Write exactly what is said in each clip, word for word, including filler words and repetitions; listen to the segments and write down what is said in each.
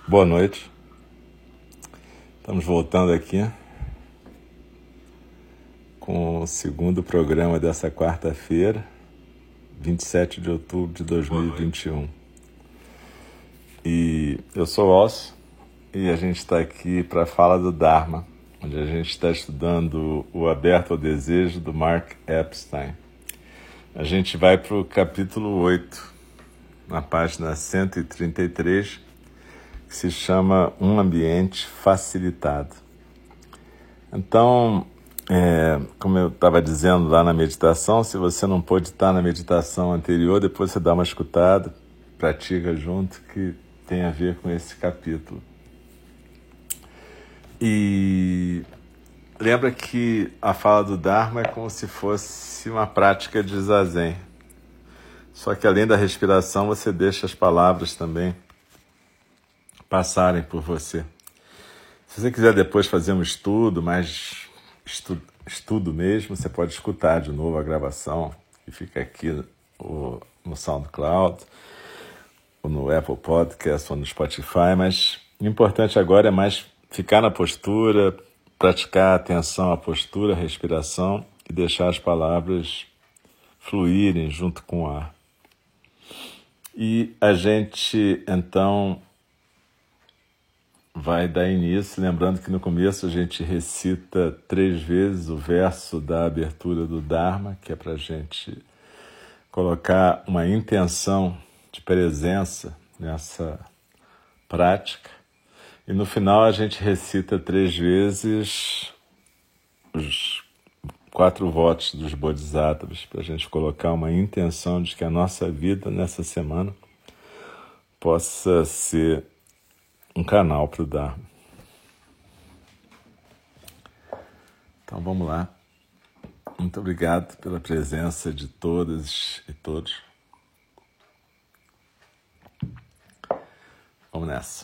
Boa noite. Estamos voltando aqui com o segundo programa dessa quarta-feira, vinte e sete de outubro de dois mil e vinte e um. E eu sou o Osso e a gente está aqui para a fala do Dharma, onde a gente está estudando o Aberto ao Desejo do Mark Epstein. A gente vai para o capítulo oito, na página cento e trinta e três, que se chama Um Ambiente Facilitado. Então, é, como eu estava dizendo lá na meditação, se você não pôde estar na meditação anterior, depois você dá uma escutada, pratica junto, que tem a ver com esse capítulo. E lembra que a fala do Dharma é como se fosse uma prática de zazen. Só que além da respiração, você deixa as palavras também passarem por você. Se você quiser depois fazer um estudo, mais estudo, estudo mesmo, você pode escutar de novo a gravação, que fica aqui no, no SoundCloud, ou no Apple Podcast, ou no Spotify, mas o importante agora é mais ficar na postura, praticar a atenção à postura, à respiração e deixar as palavras fluírem junto com o ar. E a gente, então, vai dar início, lembrando que no começo a gente recita três vezes o verso da abertura do Dharma, que é para a gente colocar uma intenção de presença nessa prática. E no final a gente recita três vezes os quatro votos dos Bodhisattvas, para a gente colocar uma intenção de que a nossa vida nessa semana possa ser um canal para o Dharma. Então vamos lá. Muito obrigado pela presença de todas e todos. Vamos nessa.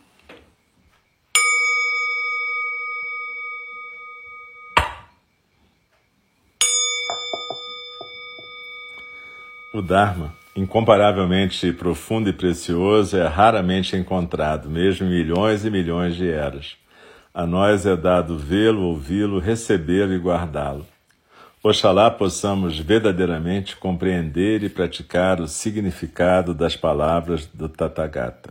O Dharma, incomparavelmente profundo e precioso, é raramente encontrado, mesmo em milhões e milhões de eras. A nós é dado vê-lo, ouvi-lo, recebê-lo e guardá-lo. Oxalá possamos verdadeiramente compreender e praticar o significado das palavras do Tathagata.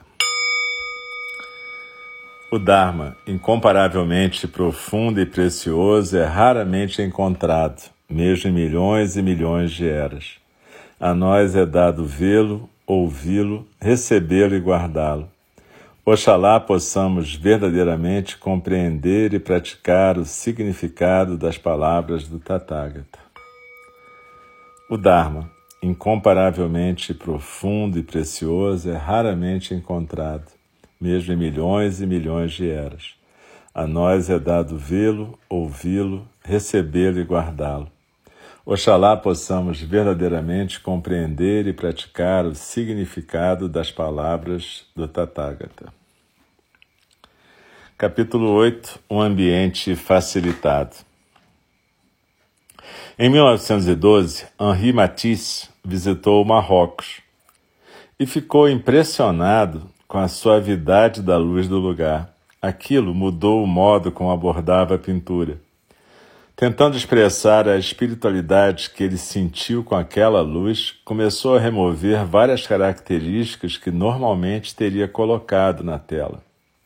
O Dharma, incomparavelmente profundo e precioso, é raramente encontrado, mesmo em milhões e milhões de eras. A nós é dado vê-lo, ouvi-lo, recebê-lo e guardá-lo. Oxalá possamos verdadeiramente compreender e praticar o significado das palavras do Tathagata. O Dharma, incomparavelmente profundo e precioso, é raramente encontrado, mesmo em milhões e milhões de eras. A nós é dado vê-lo, ouvi-lo, recebê-lo e guardá-lo. Oxalá possamos verdadeiramente compreender e praticar o significado das palavras do Tathagata. Capítulo oito. Um ambiente facilitado. Em mil novecentos e doze, Henri Matisse visitou o Marrocos e ficou impressionado com a suavidade da luz do lugar. Aquilo mudou o modo como abordava a pintura. Tentando expressar a espiritualidade que ele sentiu com aquela luz, começou a remover várias características que normalmente teria colocado na tela.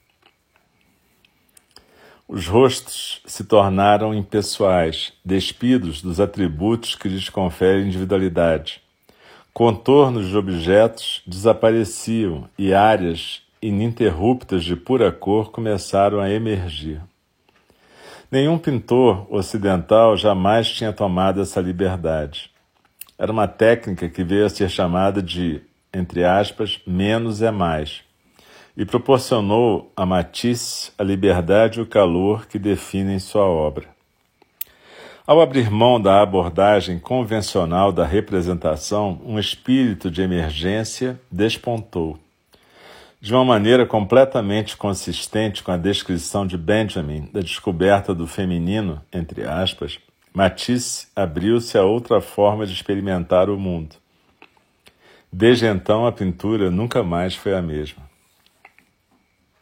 Os rostos se tornaram impessoais, despidos dos atributos que lhes conferem individualidade. Contornos de objetos desapareciam e áreas ininterruptas de pura cor começaram a emergir. Nenhum pintor ocidental jamais tinha tomado essa liberdade. Era uma técnica que veio a ser chamada de, entre aspas, menos é mais, e proporcionou a Matisse a liberdade e o calor que definem sua obra. Ao abrir mão da abordagem convencional da representação, um espírito de emergência despontou. De uma maneira completamente consistente com a descrição de Benjamin da descoberta do feminino, entre aspas, Matisse abriu-se a outra forma de experimentar o mundo. Desde então, a pintura nunca mais foi a mesma.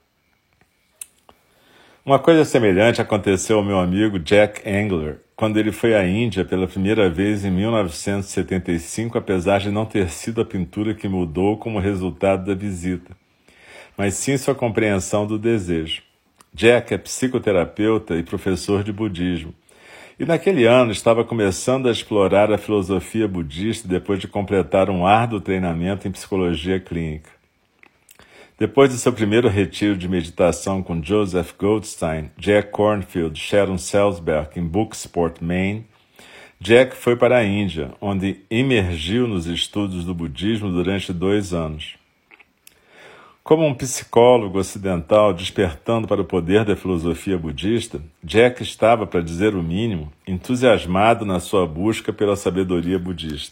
Uma coisa semelhante aconteceu ao meu amigo Jack Engler, quando ele foi à Índia pela primeira vez em mil novecentos e setenta e cinco, apesar de não ter sido a pintura que mudou como resultado da visita, mas sim sua compreensão do desejo. Jack é psicoterapeuta e professor de budismo, e naquele ano estava começando a explorar a filosofia budista depois de completar um árduo treinamento em psicologia clínica. Depois de seu primeiro retiro de meditação com Joseph Goldstein, Jack Kornfield e Sharon Salzberg em Bucksport, Maine, Jack foi para a Índia, onde imergiu nos estudos do budismo durante dois anos. Como um psicólogo ocidental despertando para o poder da filosofia budista, Jack estava, para dizer o mínimo, entusiasmado na sua busca pela sabedoria budista.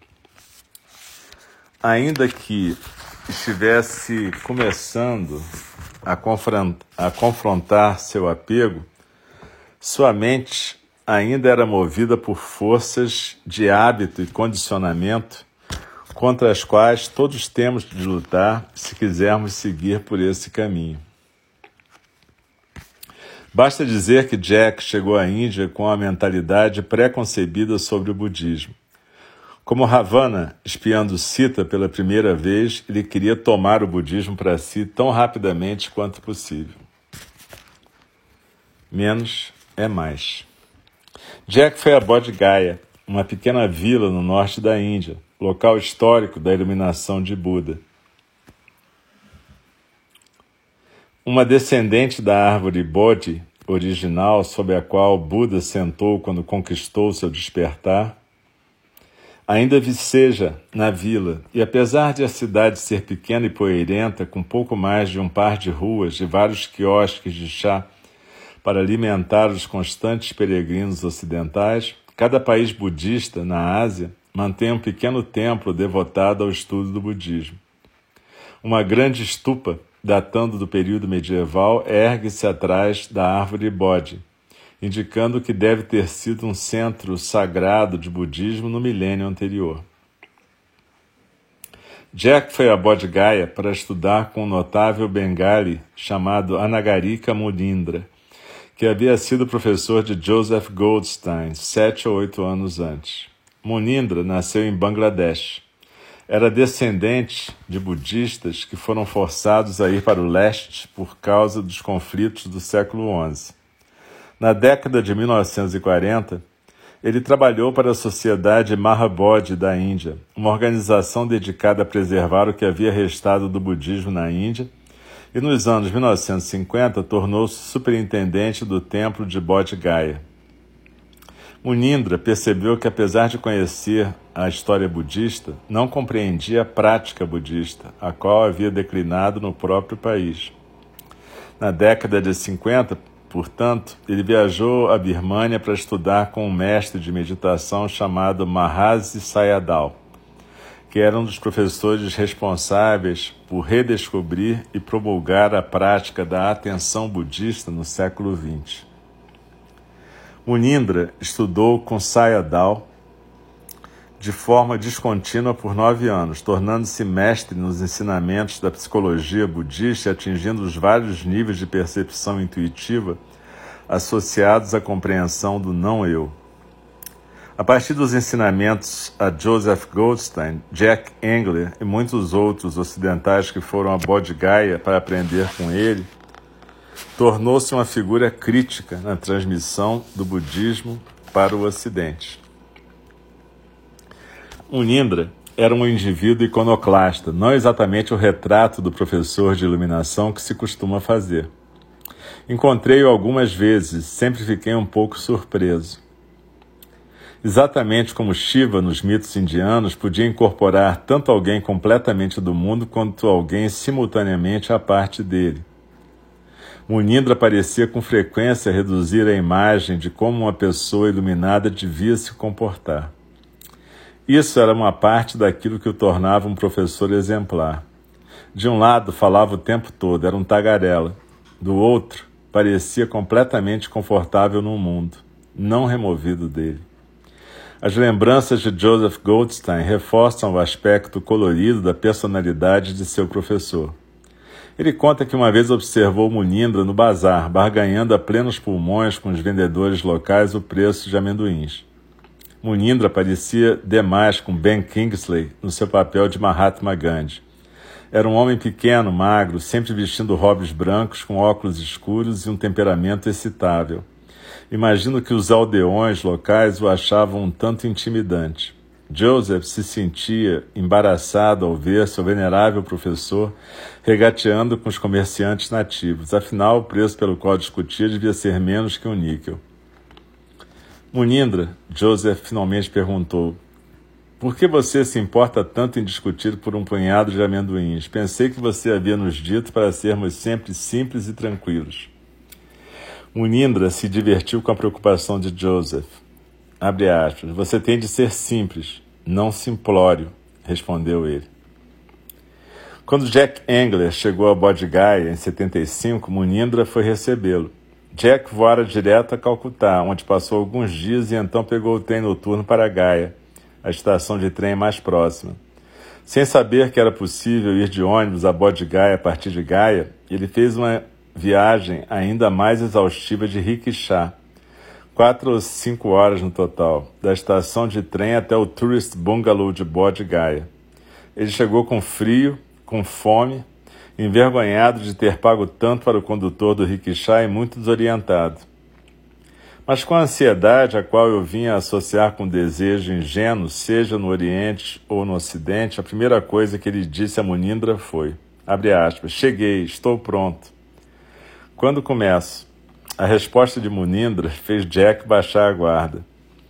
Ainda que estivesse começando a confrontar, a confrontar seu apego, sua mente ainda era movida por forças de hábito e condicionamento contra as quais todos temos de lutar se quisermos seguir por esse caminho. Basta dizer que Jack chegou à Índia com a mentalidade pré-concebida sobre o budismo. Como Ravana, espiando Sita pela primeira vez, ele queria tomar o budismo para si tão rapidamente quanto possível. Menos é mais. Jack foi a Bodh Gaya, uma pequena vila no norte da Índia, local histórico da iluminação de Buda. Uma descendente da árvore Bodhi original sob a qual Buda sentou quando conquistou seu despertar, ainda viceja na vila, e apesar de a cidade ser pequena e poeirenta, com pouco mais de um par de ruas e vários quiosques de chá para alimentar os constantes peregrinos ocidentais, cada país budista na Ásia mantém um pequeno templo devotado ao estudo do budismo. Uma grande stupa, datando do período medieval, ergue-se atrás da árvore Bodhi, indicando que deve ter sido um centro sagrado de budismo no milênio anterior. Jack foi a Bodh Gaya para estudar com um notável bengali chamado Anagarika Munindra, que havia sido professor de Joseph Goldstein sete ou oito anos antes. Munindra nasceu em Bangladesh. Era descendente de budistas que foram forçados a ir para o leste por causa dos conflitos do século onze. Na década de mil novecentos e quarenta, ele trabalhou para a Sociedade Mahabodhi da Índia, uma organização dedicada a preservar o que havia restado do budismo na Índia, e nos anos mil novecentos e cinquenta tornou-se superintendente do templo de Bodh Gaya. Munindra percebeu que, apesar de conhecer a história budista, não compreendia a prática budista, a qual havia declinado no próprio país. Na década de cinquenta, portanto, ele viajou à Birmânia para estudar com um mestre de meditação chamado Mahasi Sayadaw, que era um dos professores responsáveis por redescobrir e promulgar a prática da atenção budista no século vinte. Munindra estudou com Sayadaw de forma descontínua por nove anos, tornando-se mestre nos ensinamentos da psicologia budista e atingindo os vários níveis de percepção intuitiva associados à compreensão do não-eu. A partir dos ensinamentos a Joseph Goldstein, Jack Engler e muitos outros ocidentais que foram a Bodh Gaya para aprender com ele, tornou-se uma figura crítica na transmissão do budismo para o Ocidente. Munindra era um indivíduo iconoclasta, não exatamente o retrato do professor de iluminação que se costuma fazer. Encontrei-o algumas vezes, sempre fiquei um pouco surpreso. Exatamente como Shiva nos mitos indianos podia incorporar tanto alguém completamente do mundo quanto alguém simultaneamente à parte dele. Munindra parecia com frequência reduzir a imagem de como uma pessoa iluminada devia se comportar. Isso era uma parte daquilo que o tornava um professor exemplar. De um lado, falava o tempo todo, era um tagarela. Do outro, parecia completamente confortável no mundo, não removido dele. As lembranças de Joseph Goldstein reforçam o aspecto colorido da personalidade de seu professor. Ele conta que uma vez observou Munindra no bazar, barganhando a plenos pulmões com os vendedores locais o preço de amendoins. Munindra parecia demais com Ben Kingsley no seu papel de Mahatma Gandhi. Era um homem pequeno, magro, sempre vestindo robes brancos com óculos escuros e um temperamento excitável. Imagino que os aldeões locais o achavam um tanto intimidante. Joseph se sentia embaraçado ao ver seu venerável professor regateando com os comerciantes nativos. Afinal, o preço pelo qual discutia devia ser menos que um níquel. Munindra, Joseph finalmente perguntou, por que você se importa tanto em discutir por um punhado de amendoins? Pensei que você havia nos dito para sermos sempre simples e tranquilos. Munindra se divertiu com a preocupação de Joseph. Abre aspas, você tem de ser simples, não simplório, respondeu ele. Quando Jack Engler chegou a Bodh Gaya em setenta e cinco, Munindra foi recebê-lo. Jack voara direto a Calcutá, onde passou alguns dias e então pegou o trem noturno para Gaya, a estação de trem mais próxima. Sem saber que era possível ir de ônibus a Bodh Gaya a partir de Gaya, ele fez uma viagem ainda mais exaustiva de rickshaw, quatro ou cinco horas no total, da estação de trem até o Tourist Bungalow de Bodh Gaya. Ele chegou com frio, com fome, envergonhado de ter pago tanto para o condutor do rickshaw e muito desorientado. Mas com a ansiedade a qual eu vinha associar com desejo ingênuo, seja no Oriente ou no Ocidente, a primeira coisa que ele disse a Munindra foi, abre aspas, cheguei, estou pronto. Quando começo? A resposta de Munindra fez Jack baixar a guarda.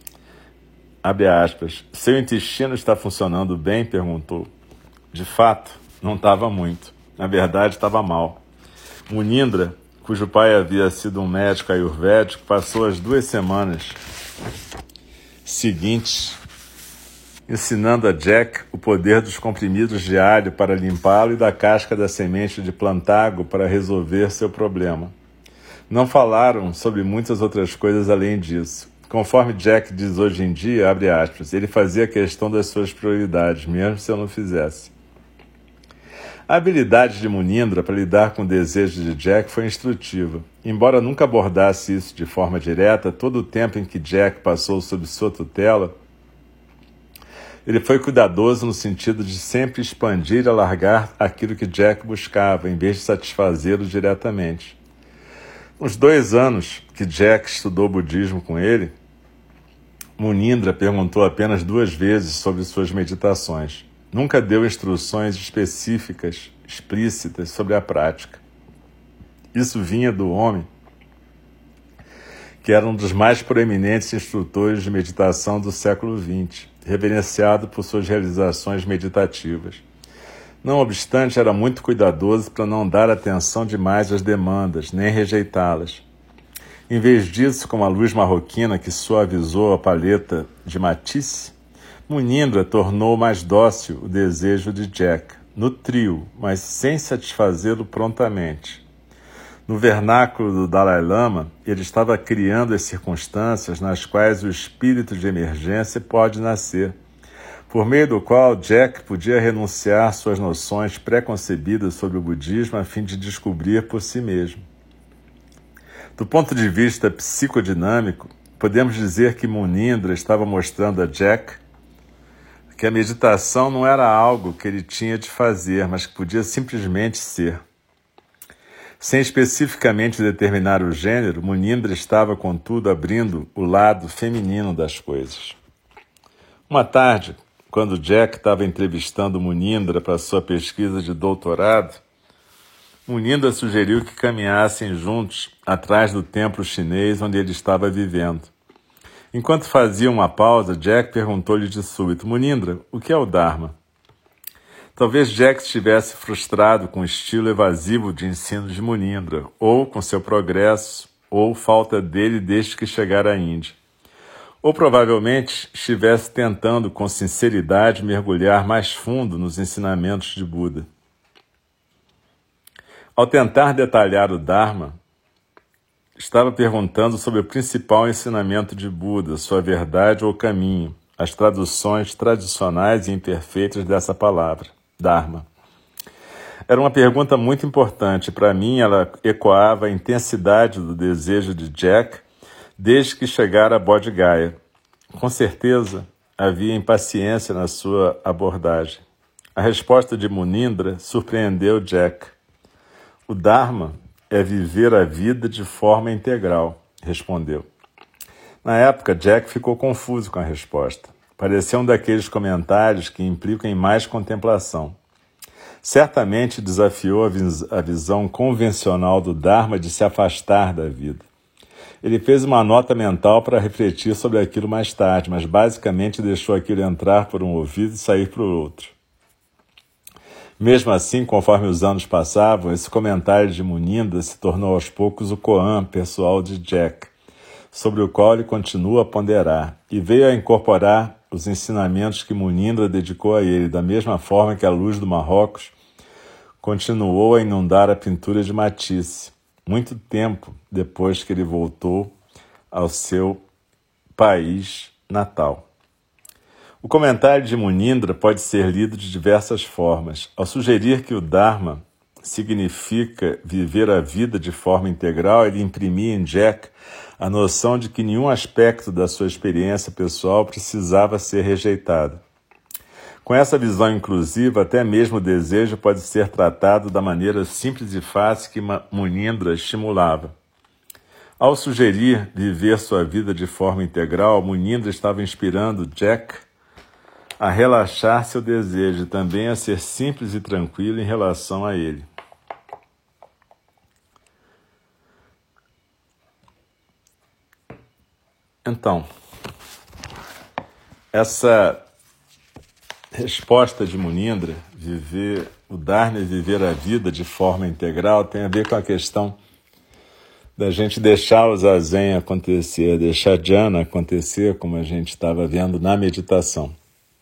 Abre aspas, seu intestino está funcionando bem? Perguntou. De fato, não estava muito. Na verdade, estava mal. Munindra, cujo pai havia sido um médico ayurvédico, passou as duas semanas seguintes ensinando a Jack o poder dos comprimidos de alho para limpá-lo e da casca da semente de plantago para resolver seu problema. Não falaram sobre muitas outras coisas além disso. Conforme Jack diz hoje em dia, abre aspas, ele fazia questão das suas prioridades, mesmo se eu não fizesse. A habilidade de Munindra para lidar com o desejo de Jack foi instrutiva. Embora nunca abordasse isso de forma direta, todo o tempo em que Jack passou sob sua tutela, ele foi cuidadoso no sentido de sempre expandir e alargar aquilo que Jack buscava, em vez de satisfazê-lo diretamente. Nos dois anos que Jack estudou budismo com ele, Munindra perguntou apenas duas vezes sobre suas meditações. Nunca deu instruções específicas, explícitas sobre a prática. Isso vinha do homem que era um dos mais proeminentes instrutores de meditação do século vinte, reverenciado por suas realizações meditativas. Não obstante, era muito cuidadoso para não dar atenção demais às demandas, nem rejeitá-las. Em vez disso, com a luz marroquina que suavizou a paleta de Matisse, Munindra tornou mais dócil o desejo de Jack, nutriu, mas sem satisfazê-lo prontamente. No vernáculo do Dalai Lama, ele estava criando as circunstâncias nas quais o espírito de emergência pode nascer, por meio do qual Jack podia renunciar suas noções preconcebidas sobre o budismo a fim de descobrir por si mesmo. Do ponto de vista psicodinâmico, podemos dizer que Munindra estava mostrando a Jack que a meditação não era algo que ele tinha de fazer, mas que podia simplesmente ser. Sem especificamente determinar o gênero, Munindra estava, contudo, abrindo o lado feminino das coisas. Uma tarde, quando Jack estava entrevistando Munindra para sua pesquisa de doutorado, Munindra sugeriu que caminhassem juntos atrás do templo chinês onde ele estava vivendo. Enquanto fazia uma pausa, Jack perguntou-lhe de súbito, Munindra, o que é o Dharma? Talvez Jack estivesse frustrado com o estilo evasivo de ensino de Munindra, ou com seu progresso, ou falta dele desde que chegara à Índia. Ou provavelmente estivesse tentando com sinceridade mergulhar mais fundo nos ensinamentos de Buda. Ao tentar detalhar o Dharma, estava perguntando sobre o principal ensinamento de Buda, sua verdade ou caminho, as traduções tradicionais e imperfeitas dessa palavra, Dharma. Era uma pergunta muito importante. Para mim, ela ecoava a intensidade do desejo de Jack desde que chegara a Bodh Gaya. Com certeza, havia impaciência na sua abordagem. A resposta de Munindra surpreendeu Jack. O Dharma é viver a vida de forma integral, respondeu. Na época, Jack ficou confuso com a resposta. Parecia um daqueles comentários que implicam em mais contemplação. Certamente desafiou a, vis- a visão convencional do Dharma de se afastar da vida. Ele fez uma nota mental para refletir sobre aquilo mais tarde, mas basicamente deixou aquilo entrar por um ouvido e sair por outro. Mesmo assim, conforme os anos passavam, esse comentário de Munindra se tornou aos poucos o koan pessoal de Jack, sobre o qual ele continua a ponderar, e veio a incorporar os ensinamentos que Munindra dedicou a ele, da mesma forma que a luz do Marrocos continuou a inundar a pintura de Matisse, muito tempo depois que ele voltou ao seu país natal. O comentário de Munindra pode ser lido de diversas formas. Ao sugerir que o Dharma significa viver a vida de forma integral, ele imprimia em Jack a noção de que nenhum aspecto da sua experiência pessoal precisava ser rejeitado. Com essa visão inclusiva, até mesmo o desejo pode ser tratado da maneira simples e fácil que Munindra estimulava. Ao sugerir viver sua vida de forma integral, Munindra estava inspirando Jack a relaxar seu desejo e também a ser simples e tranquilo em relação a ele. Então, essa resposta de Munindra, viver o Dharma e viver a vida de forma integral, tem a ver com a questão da gente deixar o zazen acontecer, deixar dhyana acontecer, como a gente estava vendo na meditação.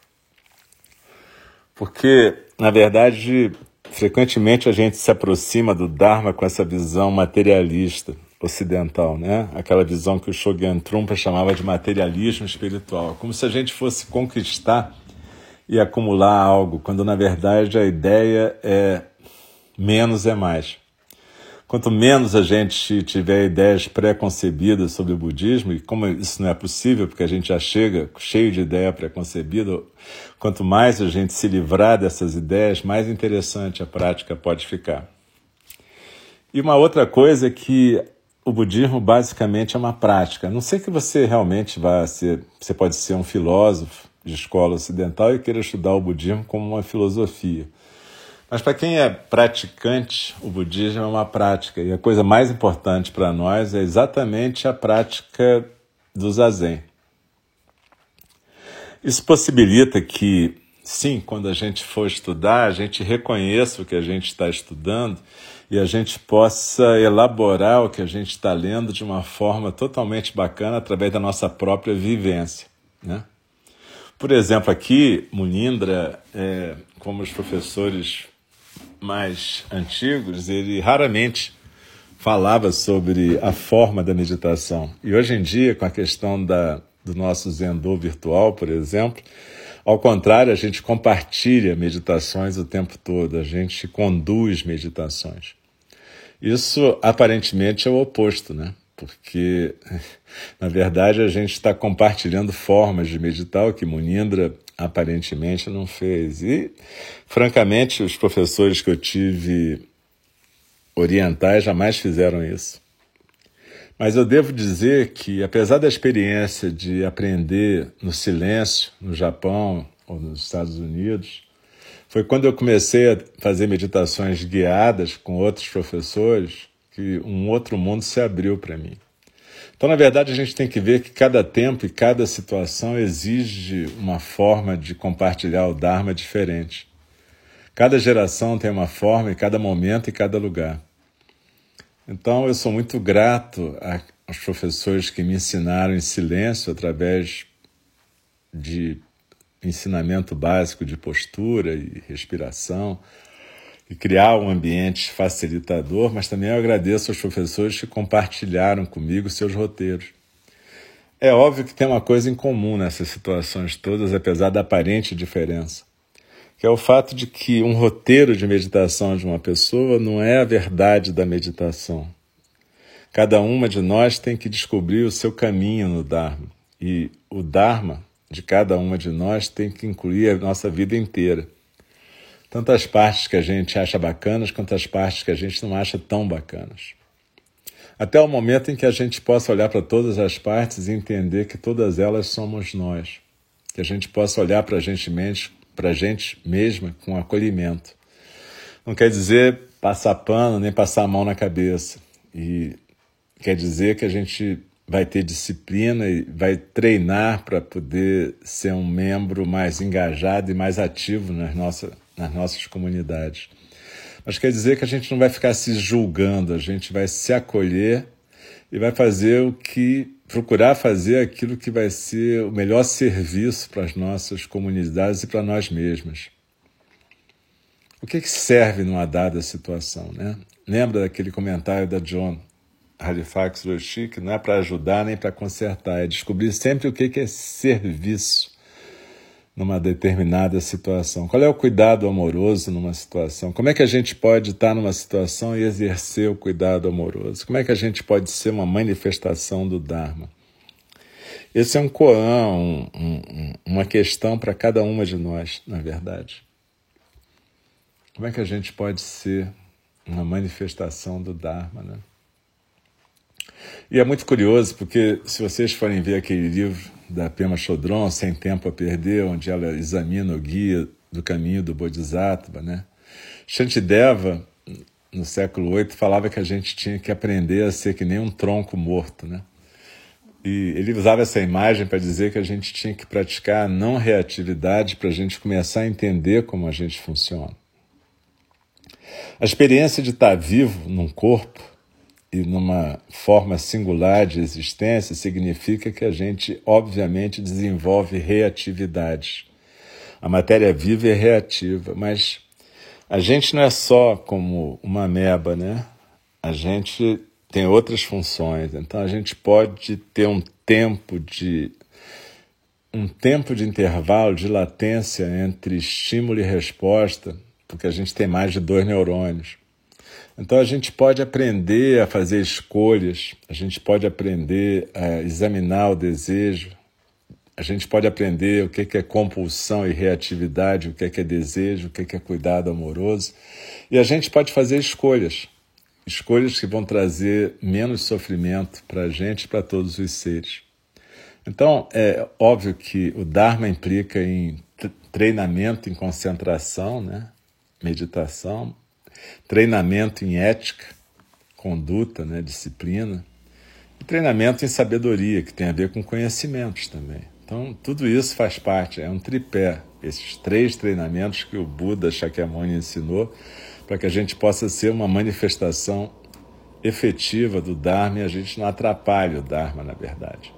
Porque, na verdade, frequentemente a gente se aproxima do Dharma com essa visão materialista ocidental, né? Aquela visão que o Shogyan Trungpa chamava de materialismo espiritual, como se a gente fosse conquistar e acumular algo, quando na verdade a ideia é menos é mais. Quanto menos a gente tiver ideias pré-concebidas sobre o budismo, e como isso não é possível, porque a gente já chega cheio de ideia pré-concebida, quanto mais a gente se livrar dessas ideias, mais interessante a prática pode ficar. E uma outra coisa é que o budismo basicamente é uma prática. A não sei que você realmente vá ser, você pode ser um filósofo de escola ocidental e queira estudar o budismo como uma filosofia. Mas para quem é praticante, o budismo é uma prática. E a coisa mais importante para nós é exatamente a prática do zazen. Isso possibilita que, sim, quando a gente for estudar, a gente reconheça o que a gente está estudando e a gente possa elaborar o que a gente está lendo de uma forma totalmente bacana através da nossa própria vivência, né? Por exemplo, aqui, Munindra, é, como os professores mais antigos, ele raramente falava sobre a forma da meditação. E hoje em dia, com a questão da, do nosso Zendô virtual, por exemplo, ao contrário, a gente compartilha meditações o tempo todo, a gente conduz meditações. Isso, aparentemente, é o oposto, né? Porque, na verdade, a gente está compartilhando formas de meditar, o que Munindra aparentemente não fez. E, francamente, os professores que eu tive orientais jamais fizeram isso. Mas eu devo dizer que, apesar da experiência de aprender no silêncio, no Japão ou nos Estados Unidos, foi quando eu comecei a fazer meditações guiadas com outros professores que um outro mundo se abriu para mim. Então, na verdade, a gente tem que ver que cada tempo e cada situação exige uma forma de compartilhar o Dharma diferente. Cada geração tem uma forma, em cada momento e cada lugar. Então, eu sou muito grato aos professores que me ensinaram em silêncio através de ensinamento básico de postura e respiração, e criar um ambiente facilitador, mas também eu agradeço aos professores que compartilharam comigo seus roteiros. É óbvio que tem uma coisa em comum nessas situações todas, apesar da aparente diferença, que é o fato de que um roteiro de meditação de uma pessoa não é a verdade da meditação. Cada uma de nós tem que descobrir o seu caminho no Dharma. E o Dharma de cada uma de nós tem que incluir a nossa vida inteira. Tanto as partes que a gente acha bacanas, quanto as partes que a gente não acha tão bacanas. Até o momento em que a gente possa olhar para todas as partes e entender que todas elas somos nós. Que a gente possa olhar para a gente, para a gente mesma com acolhimento. Não quer dizer passar pano, nem passar a mão na cabeça. E quer dizer que a gente vai ter disciplina e vai treinar para poder ser um membro mais engajado e mais ativo nas nossas, nas nossas comunidades. Mas quer dizer que a gente não vai ficar se julgando, a gente vai se acolher e vai fazer o que, procurar fazer aquilo que vai ser o melhor serviço para as nossas comunidades e para nós mesmos. O que, que serve numa dada situação, né? Lembra daquele comentário da John Halifax Roshi, que não é para ajudar nem para consertar, é descobrir sempre o que, que é serviço numa determinada situação. Qual é o cuidado amoroso numa situação? Como é que a gente pode estar numa situação e exercer o cuidado amoroso? Como é que a gente pode ser uma manifestação do Dharma? Esse é um koan, um, um, uma questão para cada uma de nós, na verdade. Como é que a gente pode ser uma manifestação do Dharma, né? E é muito curioso, porque se vocês forem ver aquele livro da Pema Chodron, Sem Tempo a Perder, onde ela examina o guia do caminho do Bodhisattva, né? Shantideva, no século oito, falava que a gente tinha que aprender a ser que nem um tronco morto, né? E ele usava essa imagem para dizer que a gente tinha que praticar a não reatividade para a gente começar a entender como a gente funciona. A experiência de estar vivo num corpo e numa forma singular de existência significa que a gente, obviamente, desenvolve reatividades. A matéria viva é reativa, mas a gente não é só como uma ameba, né? A gente tem outras funções, então a gente pode ter um tempo de um tempo de intervalo de latência entre estímulo e resposta, porque a gente tem mais de dois neurônios. Então a gente pode aprender a fazer escolhas, a gente pode aprender a examinar o desejo, a gente pode aprender o que é compulsão e reatividade, o que é desejo, o que é cuidado amoroso, e a gente pode fazer escolhas, escolhas que vão trazer menos sofrimento para a gente e para todos os seres. Então é óbvio que o Dharma implica em treinamento em concentração, né? Meditação, treinamento em ética, conduta, né, disciplina, e treinamento em sabedoria, que tem a ver com conhecimentos também. Então, tudo isso faz parte, é um tripé, esses três treinamentos que o Buda Shakyamuni ensinou, para que a gente possa ser uma manifestação efetiva do Dharma e a gente não atrapalhe o Dharma, na verdade.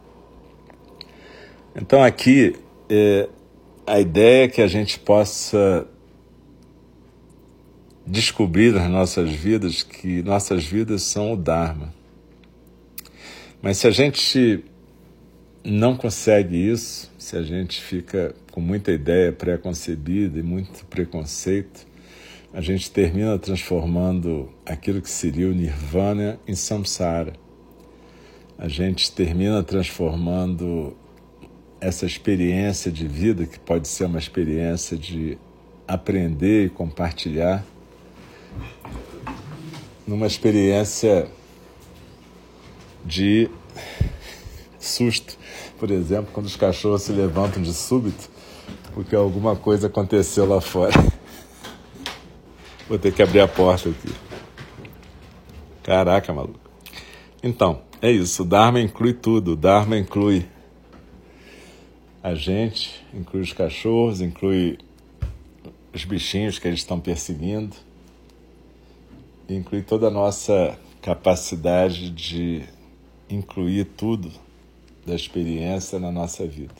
Então, aqui, é, a ideia é que a gente possa descobrir nas nossas vidas que nossas vidas são o Dharma. Mas se a gente não consegue isso, se a gente fica com muita ideia pré-concebida e muito preconceito, a gente termina transformando aquilo que seria o Nirvana em Samsara. A gente termina transformando essa experiência de vida, que pode ser uma experiência de aprender e compartilhar, numa experiência de susto. Por exemplo, quando os cachorros se levantam de súbito, porque alguma coisa aconteceu lá fora. Vou ter que abrir a porta aqui. Caraca, maluco. Então, é isso. O Dharma inclui tudo. O Dharma inclui a gente, inclui os cachorros, inclui os bichinhos que eles estão perseguindo, inclui toda a nossa capacidade de incluir tudo da experiência na nossa vida.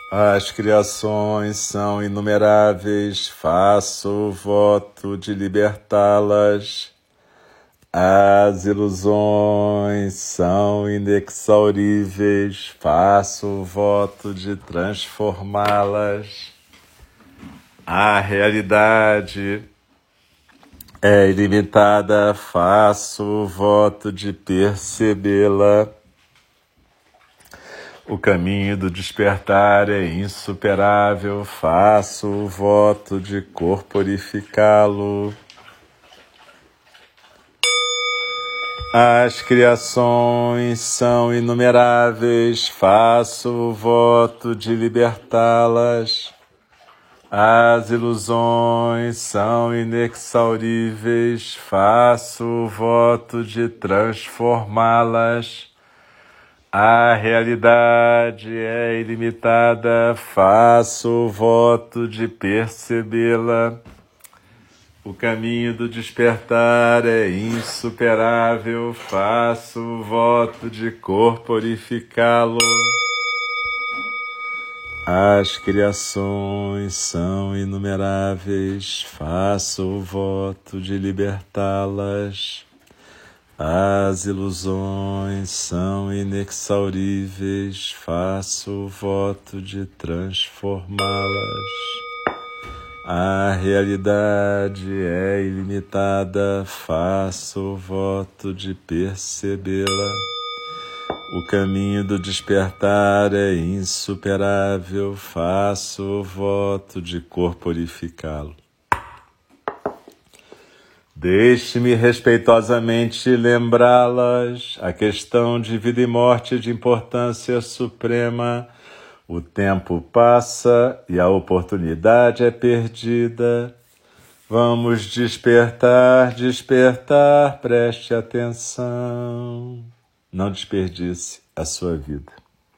As criações são inumeráveis, faço o voto de libertá-las. As ilusões são inexauríveis, faço o voto de transformá-las. A realidade é ilimitada, faço o voto de percebê-la. O caminho do despertar é insuperável, faço o voto de corporificá-lo. As criações são inumeráveis, faço o voto de libertá-las. As ilusões são inexauríveis, faço o voto de transformá-las. A realidade é ilimitada, faço o voto de percebê-la. O caminho do despertar é insuperável, faço o voto de corporificá-lo. As criações são inumeráveis, faço o voto de libertá-las. As ilusões são inexauríveis, faço o voto de transformá-las. A realidade é ilimitada, faço o voto de percebê-la. O caminho do despertar é insuperável, faço o voto de corporificá-lo. Deixe-me respeitosamente lembrá-las, a questão de vida e morte é de importância suprema. O tempo passa e a oportunidade é perdida. Vamos despertar, despertar, preste atenção. Não desperdice a sua vida.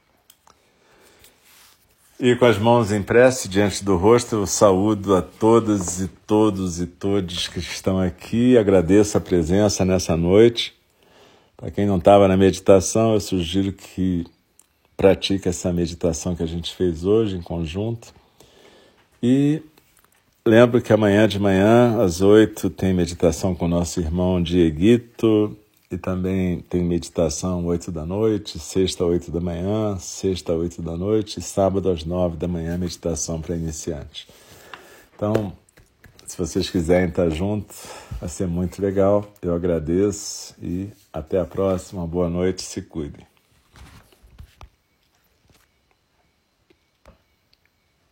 E com as mãos em prece diante do rosto, eu saúdo a todas e todos e todes que estão aqui. Agradeço a presença nessa noite. Para quem não estava na meditação, eu sugiro que pratique essa meditação que a gente fez hoje em conjunto. E lembro que amanhã de manhã, às oito, tem meditação com o nosso irmão Dieguito. E também tem meditação oito da noite, sexta, oito da manhã, sexta, oito da noite, e sábado às nove da manhã, meditação para iniciantes. Então, se vocês quiserem estar juntos, vai ser muito legal. Eu agradeço e até a próxima. Boa noite, se cuidem.